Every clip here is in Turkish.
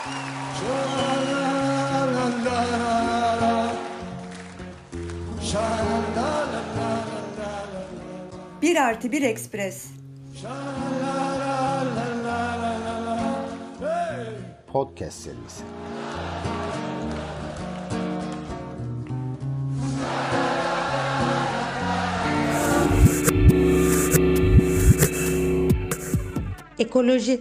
Bir artı bir Ekspres. Podcast serisi. Ekoloji.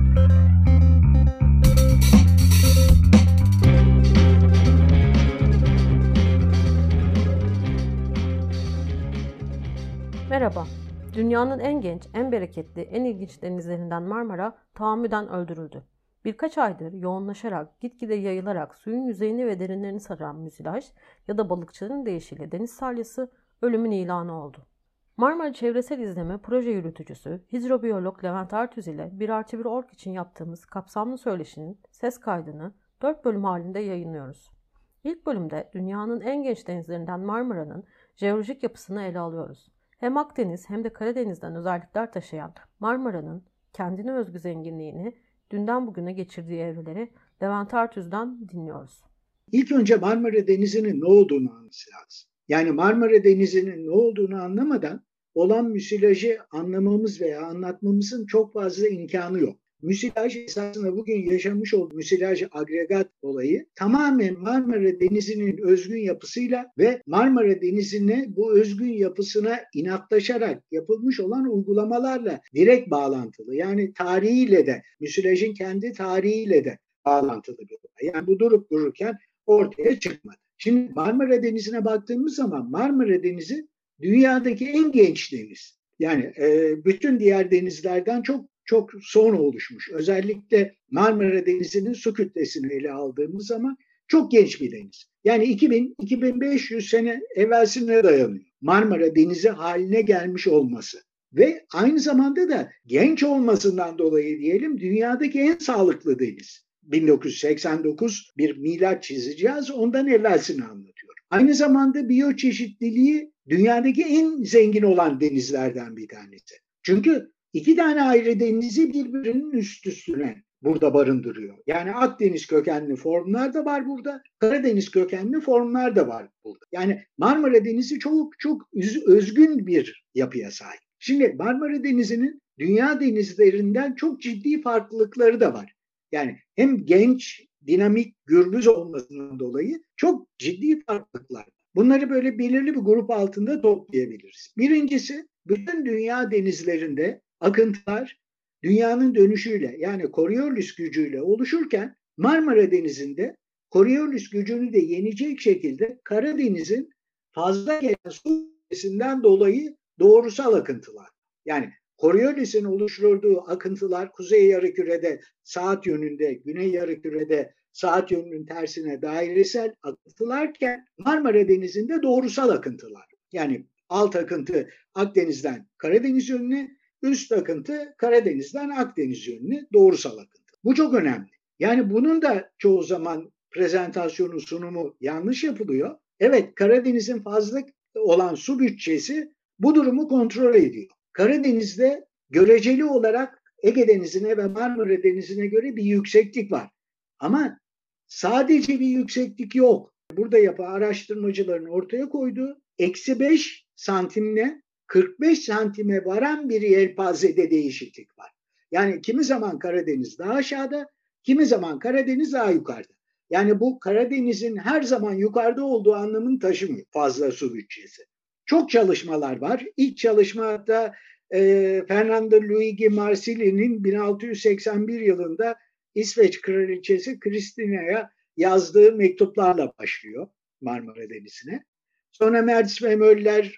Merhaba. Dünyanın en genç, en bereketli, en ilginç denizlerinden Marmara tahammüden öldürüldü. Birkaç aydır yoğunlaşarak, gitgide yayılarak suyun yüzeyini ve derinlerini saran müsilaj ya da balıkçının deyişiyle deniz salyası ölümün ilanı oldu. Marmara Çevresel İzleme Proje Yürütücüsü hidrobiyolog Levent Artüz ile 1+1 Ork için yaptığımız kapsamlı söyleşinin ses kaydını 4 bölüm halinde yayınlıyoruz. İlk bölümde dünyanın en genç denizlerinden Marmara'nın jeolojik yapısını ele alıyoruz. Hem Akdeniz hem de Karadeniz'den özellikler taşıyan Marmara'nın kendine özgü zenginliğini, dünden bugüne geçirdiği evreleri Levent Artüz'den dinliyoruz. İlk önce Marmara Denizi'nin ne olduğunu anlaması lazım. Yani Marmara Denizi'nin ne olduğunu anlamadan olan müsilajı anlamamız veya anlatmamızın çok fazla imkanı yok. Müsilaj esasında bugün yaşamış olduğu müsilaj agregat olayı tamamen Marmara Denizi'nin özgün yapısıyla ve Marmara Denizi'ne bu özgün yapısına inatlaşarak yapılmış olan uygulamalarla direkt bağlantılı. Yani tarihiyle de, müsilajın kendi tarihiyle de bağlantılı bir olay. Yani bu durup dururken ortaya çıkmadı. Şimdi Marmara Denizi'ne baktığımız zaman Marmara Denizi dünyadaki en genç deniz. Yani bütün diğer denizlerden çok sonra oluşmuş. Özellikle Marmara Denizi'nin su kütlesini ele aldığımız zaman çok genç bir deniz. Yani 2000-2500 sene evvelsine dayanıyor. Marmara Denizi haline gelmiş olması. Ve aynı zamanda da genç olmasından dolayı diyelim dünyadaki en sağlıklı deniz. 1989 bir milat çizeceğiz. Ondan evvelsini anlatıyorum. Aynı zamanda biyoçeşitliliği dünyadaki en zengin olan denizlerden bir tanesi. Çünkü 2 tane ayrı denizi birbirinin üst üstüne burada barındırıyor. Yani Akdeniz kökenli formlar da var burada. Karadeniz kökenli formlar da var burada. Yani Marmara Denizi çok özgün bir yapıya sahip. Şimdi Marmara Denizi'nin dünya denizlerinden çok ciddi farklılıkları da var. Yani hem genç, dinamik, gürbüz olmasından dolayı çok ciddi farklılıklar. Bunları böyle belirli bir grup altında toplayabiliriz. Birincisi, bütün dünya denizlerinde akıntılar dünyanın dönüşüyle yani Coriolis gücüyle oluşurken Marmara Denizi'nde Coriolis gücünü de yenecek şekilde Karadeniz'in fazla gelen su kütlesinden dolayı doğrusal akıntılar. Yani Coriolis'in oluşturduğu akıntılar kuzey yarımkürede saat yönünde, güney yarımkürede saat yönünün tersine dairesel akıntılarken Marmara Denizi'nde doğrusal akıntılar. Yani alt akıntı Akdeniz'den Karadeniz yönüne, üst akıntı Karadeniz'den Akdeniz yönüne doğrusal akıntı. Bu çok önemli. Yani bunun da çoğu zaman prezentasyonu, sunumu yanlış yapılıyor. Evet, Karadeniz'in fazla olan su bütçesi bu durumu kontrol ediyor. Karadeniz'de göreceli olarak Ege Denizi'ne ve Marmara Denizi'ne göre bir yükseklik var. Ama sadece bir yükseklik yok. Burada araştırmacıların ortaya koyduğu -5 santimle 45 santime varan bir yelpazede değişiklik var. Yani kimi zaman Karadeniz daha aşağıda, kimi zaman Karadeniz daha yukarıda. Yani bu Karadeniz'in her zaman yukarıda olduğu anlamını taşımıyor fazla su bütçesi. Çok çalışmalar var. İlk çalışmada Fernando Luigi Marsili'nin 1681 yılında İsveç Kraliçesi Kristina'ya yazdığı mektuplarla başlıyor Marmara Denizi'ne. Sonra Merz ve Möller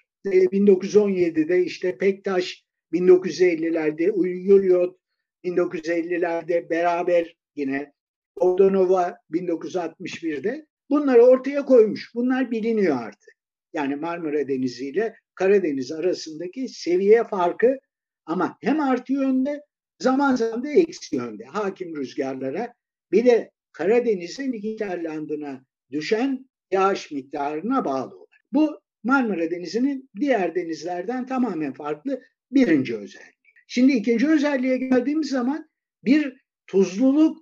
1917'de işte Pektaş 1950'lerde, Ullyot 1950'lerde beraber yine Odonova 1961'de bunları ortaya koymuş. Bunlar biliniyor artık. Yani Marmara Denizi ile Karadeniz arasındaki seviye farkı ama hem artı yönde zaman zaman da eksi yönde hakim rüzgarlara bir de Karadeniz'in hinterlandına düşen yağış miktarına bağlı olarak. Bu Marmara Denizi'nin diğer denizlerden tamamen farklı birinci özelliği. Şimdi ikinci özelliğe geldiğimiz zaman bir tuzluluk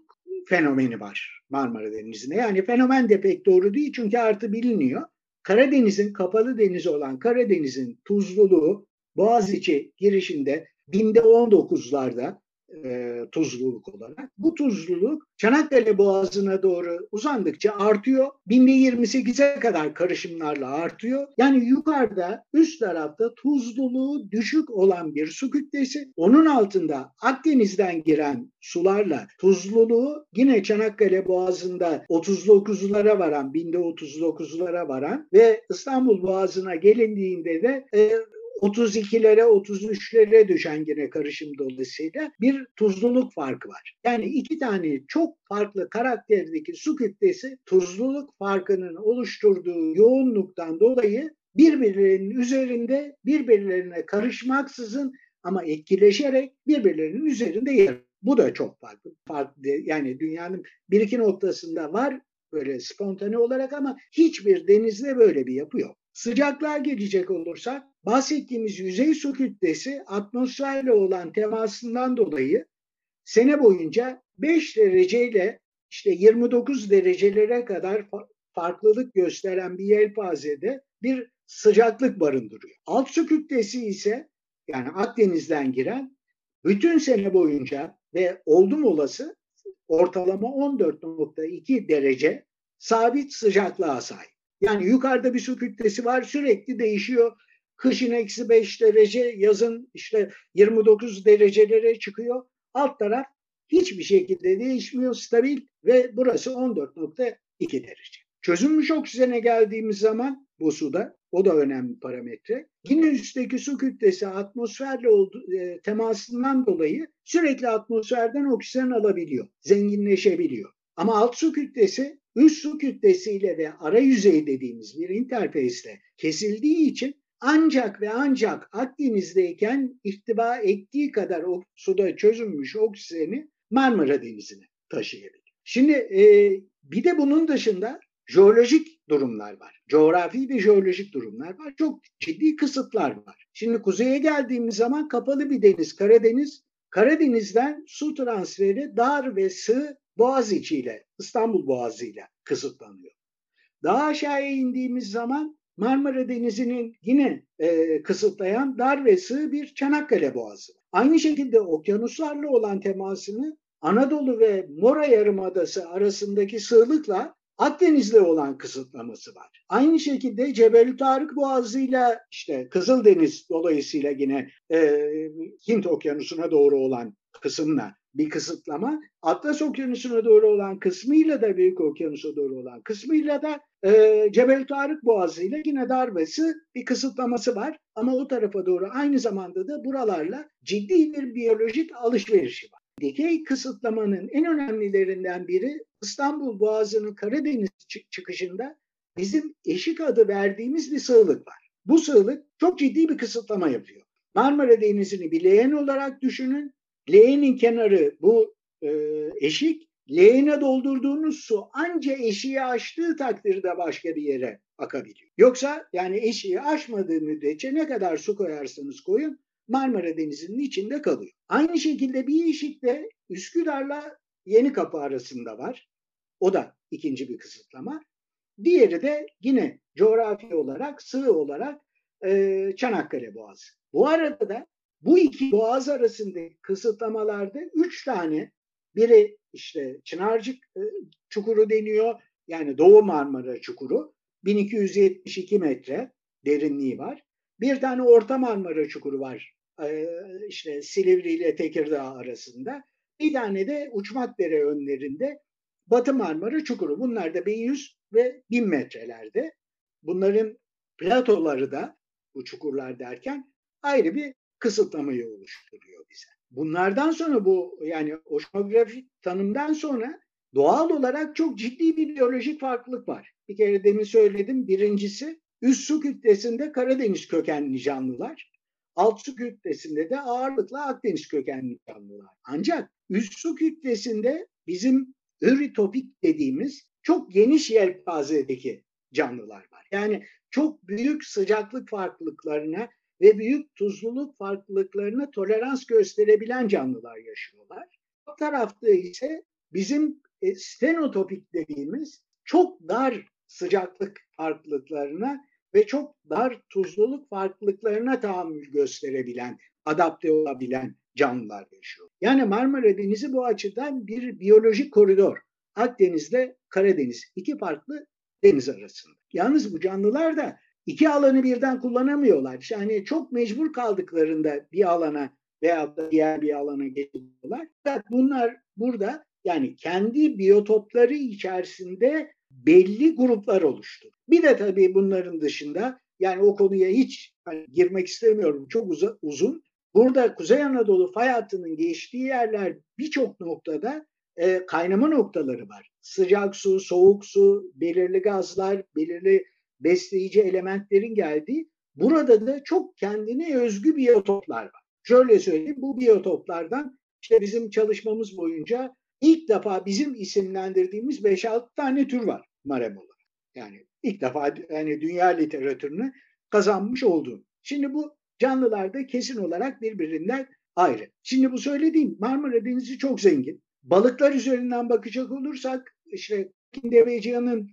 fenomeni var Marmara Denizi'nde. Yani fenomen de pek doğru değil çünkü artı biliniyor. Karadeniz'in, kapalı denizi olan Karadeniz'in tuzluluğu Boğaziçi girişinde binde 19'larda tuzluluk olarak. Bu tuzluluk Çanakkale Boğazı'na doğru uzandıkça artıyor. Binde 28'e kadar karışımlarla artıyor. Yani yukarıda üst tarafta tuzluluğu düşük olan bir su kütlesi. Onun altında Akdeniz'den giren sularla tuzluluğu yine Çanakkale Boğazı'nda 39'lara varan, binde 39'lara varan ve İstanbul Boğazı'na gelindiğinde de 32'lere 33'lere düşen yine karışım dolayısıyla bir tuzluluk farkı var. Yani iki tane çok farklı karakterdeki su kütlesi tuzluluk farkının oluşturduğu yoğunluktan dolayı birbirlerinin üzerinde birbirlerine karışmaksızın ama etkileşerek birbirlerinin üzerinde yer. Bu da çok farklı. Yani dünyanın bir iki noktasında var böyle spontane olarak ama hiçbir denizde böyle bir yapı yok. Sıcaklığa gelecek olursak bahsettiğimiz yüzey su kütlesi atmosferle olan temasından dolayı sene boyunca 5 dereceyle işte 29 derecelere kadar farklılık gösteren bir yelpazede bir sıcaklık barındırıyor. Alt su kütlesi ise yani Akdeniz'den giren bütün sene boyunca ve oldum olası ortalama 14,2 derece sabit sıcaklığa sahip. Yani yukarıda bir su kütlesi var sürekli değişiyor. Kışın -5 derece, yazın işte 29 derecelere çıkıyor. Alt taraf hiçbir şekilde değişmiyor, stabil ve burası 14,2 derece. Çözünmüş oksijene geldiğimiz zaman bu suda, o da önemli parametre. Yine üstteki su kütlesi atmosferle temasından dolayı sürekli atmosferden oksijen alabiliyor, zenginleşebiliyor. Ama alt su kütlesi üst su kütlesiyle ve ara yüzey dediğimiz bir interfeysle kesildiği için ancak ve ancak Akdeniz'deyken ihtiva ettiği kadar o suda çözünmüş oksijeni Marmara Denizi'ne taşıyabilir. Şimdi bir de bunun dışında jeolojik durumlar var. Coğrafi ve jeolojik durumlar var. Çok ciddi kısıtlar var. Şimdi kuzeye geldiğimiz zaman kapalı bir deniz, Karadeniz. Karadeniz'den su transferi dar ve sığ Boğaziçi ile, İstanbul Boğazı ile kısıtlanıyor. Daha aşağıya indiğimiz zaman Marmara Denizi'nin yine kısıtlayan dar ve sığ bir Çanakkale Boğazı. Aynı şekilde okyanuslarla olan temasını Anadolu ve Mora Yarımadası arasındaki sığlıkla Akdeniz'le olan kısıtlaması var. Aynı şekilde Cebeli Tarık Boğazı'yla işte Kızıldeniz dolayısıyla yine Hint Okyanusu'na doğru olan kısımla bir kısıtlama. Atlas Okyanusu'na doğru olan kısmıyla da Büyük Okyanus'a doğru olan kısmıyla da Cebeli Tarık Boğazı'yla yine darbesi bir kısıtlaması var. Ama o tarafa doğru aynı zamanda da buralarla ciddi bir biyolojik alışverişi var. Dikey kısıtlamanın en önemlilerinden biri İstanbul Boğazı'nın Karadeniz çıkışında bizim eşik adı verdiğimiz bir sığlık var. Bu sığlık çok ciddi bir kısıtlama yapıyor. Marmara Denizi'ni bir leğen olarak düşünün. Leğenin kenarı bu eşik. Leğene doldurduğunuz su anca eşiği aştığı takdirde başka bir yere akabiliyor. Yoksa yani eşiği aşmadığı müddetçe ne kadar su koyarsanız koyun Marmara Denizi'nin içinde kalıyor. Aynı şekilde bir eşik de Üsküdar'la Yenikapı arasında var. O da ikinci bir kısıtlama. Diğeri de yine coğrafi olarak, sığ olarak Çanakkale Boğazı. Bu arada da bu iki boğaz arasındaki kısıtlamalarda 3 tane, biri işte Çınarcık çukuru deniyor, yani Doğu Marmara çukuru, 1272 metre derinliği var. Bir tane Orta Marmara çukuru var, işte Silivri ile Tekirdağ arasında. Bir tane de Uçmakdere önlerinde Batı Marmara çukuru. Bunlar da 1100 ve 1000 metrelerde. Bunların platoları da bu çukurlar derken ayrı bir kısıtlamayı oluşturuyor bize. Bunlardan sonra bu yani oşinografik tanımdan sonra doğal olarak çok ciddi bir biyolojik farklılık var. Bir kere demin söyledim. Birincisi üst su kütlesinde Karadeniz kökenli canlılar. Alt su kütlesinde de ağırlıkla Akdeniz kökenli canlılar. Ancak üst su kütlesinde bizim öritopik dediğimiz çok geniş yelpazedeki canlılar var. Yani çok büyük sıcaklık farklılıklarına ve büyük tuzluluk farklılıklarına tolerans gösterebilen canlılar yaşıyorlar. O tarafta ise bizim stenotopik dediğimiz çok dar sıcaklık farklılıklarına ve çok dar tuzluluk farklılıklarına tahammül gösterebilen, adapte olabilen canlılar yaşıyor. Yani Marmara Denizi bu açıdan bir biyolojik koridor. Akdeniz'de Karadeniz, iki farklı deniz arasında. Yalnız bu canlılar da iki alanı birden kullanamıyorlar. Yani çok mecbur kaldıklarında bir alana veya da diğer bir alana geçiyorlar. Bunlar burada yani kendi biyotopları içerisinde belli gruplar oluştu. Bir de tabii bunların dışında yani o konuya hiç girmek istemiyorum. Çok uzun. Burada Kuzey Anadolu fay hattının geçtiği yerler birçok noktada kaynama noktaları var. Sıcak su, soğuk su, belirli gazlar, belirli besleyici elementlerin geldiği. Burada da çok kendine özgü biyotoplar var. Şöyle söyleyeyim, bu biyotoplardan işte bizim çalışmamız boyunca ilk defa bizim isimlendirdiğimiz 5-6 tane tür var maremolar. Yani ilk defa yani dünya literatürünü kazanmış olduğum. Şimdi bu canlılar da kesin olarak birbirinden ayrı. Şimdi bu söylediğim Marmara Denizi çok zengin. Balıklar üzerinden bakacak olursak işte Deveciyan'ın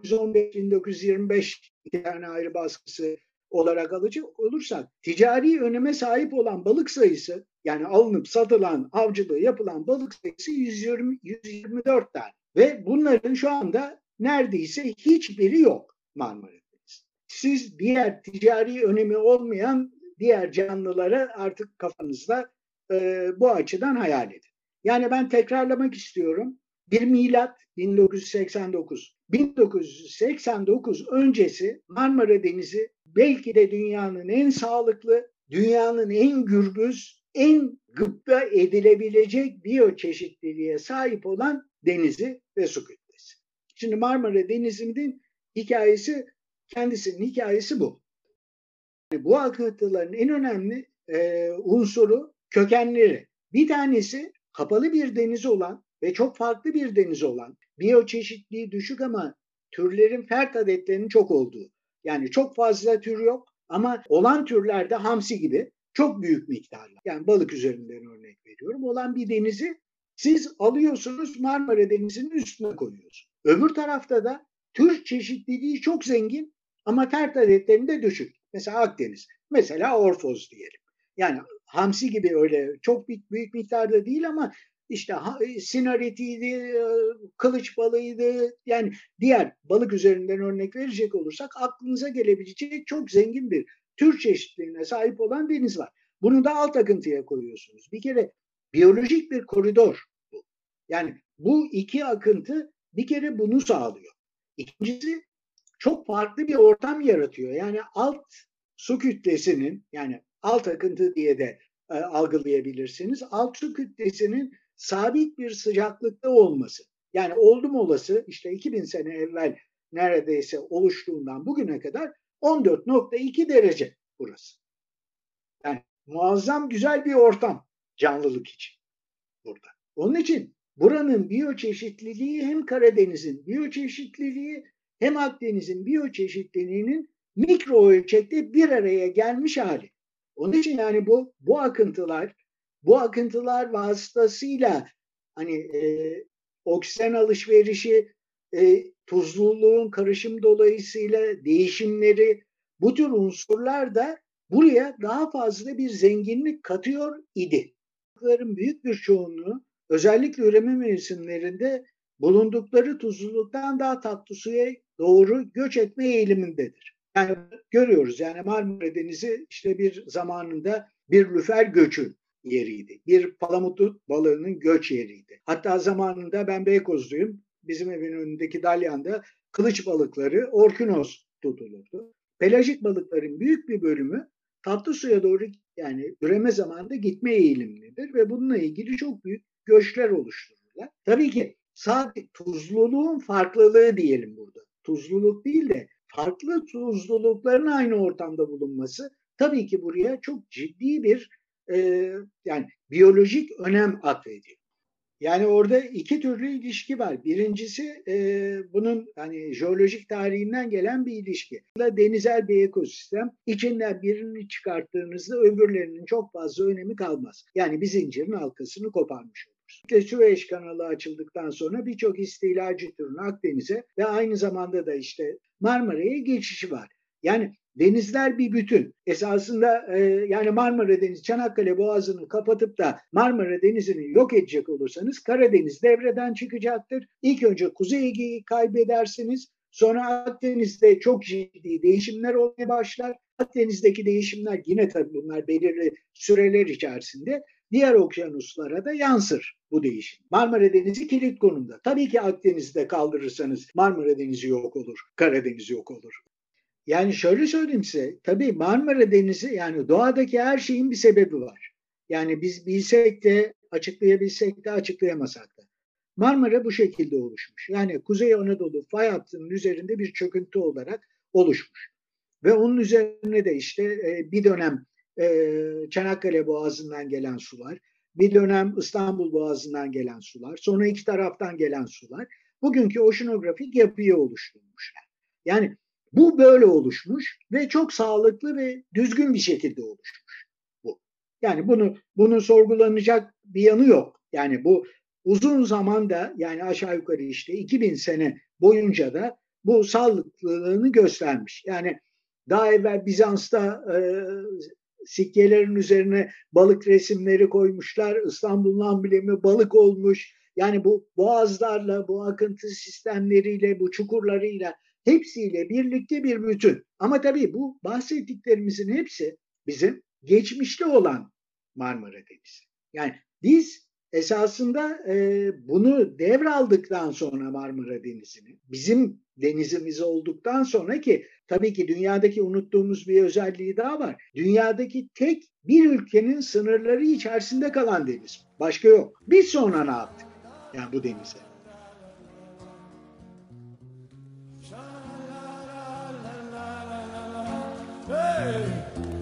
1915-1925 iki tane ayrı baskısı olarak alacak olursak ticari öneme sahip olan balık sayısı yani alınıp satılan, avcılığı yapılan balık sayısı 124 tane. Ve bunların şu anda neredeyse hiçbiri yok Marmara Denizi. Siz diğer ticari önemi olmayan diğer canlıları artık kafanızda bu açıdan hayal edin. Yani ben tekrarlamak istiyorum. Bir milat 1989. 1989 öncesi Marmara Denizi belki de dünyanın en sağlıklı, dünyanın en gürbüz, en gıpta edilebilecek biyoçeşitliliğe sahip olan denizi ve su kütlesi. Şimdi Marmara Denizi'nin hikayesi, kendisinin hikayesi bu. Yani bu akıntıların en önemli unsuru kökenleri. Bir tanesi kapalı bir deniz olan ve çok farklı bir deniz olan, biyoçeşitliği düşük ama türlerin fert adetlerinin çok olduğu. Yani çok fazla tür yok ama olan türlerde hamsi gibi çok büyük miktarlar. Yani balık üzerinden örnek veriyorum. Olan bir denizi siz alıyorsunuz Marmara Denizi'nin üstüne koyuyorsunuz. Öbür tarafta da tür çeşitliliği çok zengin ama fert adetlerinde düşük. Mesela Akdeniz, mesela Orfoz diyelim. Yani hamsi gibi öyle çok büyük miktarda değil ama işte sinaritiydi, kılıç balığıydı. Yani diğer balık üzerinden örnek verecek olursak aklınıza gelebilecek çok zengin bir tür çeşitliliğine sahip olan deniz var. Bunu da alt akıntıya koyuyorsunuz. Bir kere biyolojik bir koridor bu. Yani bu iki akıntı bir kere bunu sağlıyor. İkincisi çok farklı bir ortam yaratıyor. Yani alt su kütlesinin yani alt akıntı diye de algılayabilirsiniz. Alt su kütlesinin sabit bir sıcaklıkta olması. Yani oldum olası işte 2000 sene evvel neredeyse oluştuğundan bugüne kadar 14,2 derece burası. Yani muazzam güzel bir ortam canlılık için burada. Onun için buranın biyoçeşitliliği hem Karadeniz'in biyoçeşitliliği hem Akdeniz'in biyoçeşitliliğinin mikro ölçekte bir araya gelmiş hali. Onun için yani bu akıntılar vasıtasıyla hani oksijen alışverişi, tuzluluğun karışım dolayısıyla değişimleri bu tür unsurlar da buraya daha fazla bir zenginlik katıyor idi. Balıkların büyük bir çoğunluğu özellikle üreme mevsimlerinde bulundukları tuzluluktan daha tatlı suya doğru göç etme eğilimindedir. Yani görüyoruz yani Marmara Denizi işte bir zamanında bir lüfer göçü yeriydi. Bir palamutlu balığının göç yeriydi. Hatta zamanında ben Beykozluyum. Bizim evin önündeki Dalyan'da kılıç balıkları orkinos tutulurdu. Pelajik balıkların büyük bir bölümü tatlı suya doğru yani üreme zamanında gitme eğilimlidir ve bununla ilgili çok büyük göçler oluştururlar. Tabii ki sadece tuzluluğun farklılığı diyelim burada. Tuzluluk değil de farklı tuzlulukların aynı ortamda bulunması tabii ki buraya çok ciddi bir yani biyolojik önem atfediyor. Yani orada iki türlü ilişki var. Birincisi bunun hani jeolojik tarihinden gelen bir ilişki. Denizel bir ekosistem. İçinden birini çıkarttığınızda öbürlerinin çok fazla önemi kalmaz. Yani bir zincirin halkasını koparmış olur. oluşturmuş. İşte Süveyş kanalı açıldıktan sonra birçok istilacı türün Akdeniz'e ve aynı zamanda da işte Marmara'ya geçişi var. Yani denizler bir bütün. Esasında yani Marmara Denizi, Çanakkale Boğazı'nı kapatıp da Marmara Denizi'ni yok edecek olursanız Karadeniz devreden çıkacaktır. İlk önce Kuzey Ege'yi kaybedersiniz. Sonra Akdeniz'de çok ciddi değişimler olmaya başlar. Akdeniz'deki değişimler yine tabii bunlar belirli süreler içerisinde diğer okyanuslara da yansır bu değişim. Marmara Denizi kilit konumda. Tabii ki Akdeniz'de kaldırırsanız Marmara Denizi yok olur, Karadeniz yok olur. Yani şöyle söyleyeyim size, tabii Marmara Denizi yani doğadaki her şeyin bir sebebi var. Yani biz bilsek de açıklayabilsek de açıklayamasak da. Marmara bu şekilde oluşmuş. Yani Kuzey Anadolu fay hattının üzerinde bir çöküntü olarak oluşmuş. Ve onun üzerine de işte bir dönem Çanakkale Boğazı'ndan gelen sular, bir dönem İstanbul Boğazı'ndan gelen sular, sonra iki taraftan gelen sular bugünkü oşinografik yapıyı oluşturmuşlar. Yani bu böyle oluşmuş ve çok sağlıklı ve düzgün bir şekilde oluşmuş bu. Yani bunun sorgulanacak bir yanı yok. Yani bu uzun zamanda yani aşağı yukarı işte 2000 sene boyunca da bu sağlıklılığını göstermiş. Yani daha evvel Bizans'ta sikkelerin üzerine balık resimleri koymuşlar. İstanbul'un amblemi balık olmuş. Yani bu boğazlarla, bu akıntı sistemleriyle, bu çukurlarıyla hepsiyle birlikte bir bütün. Ama tabii bu bahsettiklerimizin hepsi bizim geçmişte olan Marmara Denizi. Yani biz esasında bunu devraldıktan sonra Marmara Denizi'ni, bizim denizimiz olduktan sonra ki tabii ki dünyadaki unuttuğumuz bir özelliği daha var. Dünyadaki tek bir ülkenin sınırları içerisinde kalan deniz. Başka yok. Biz sonra ne yaptık? Yani bu denize. Hey!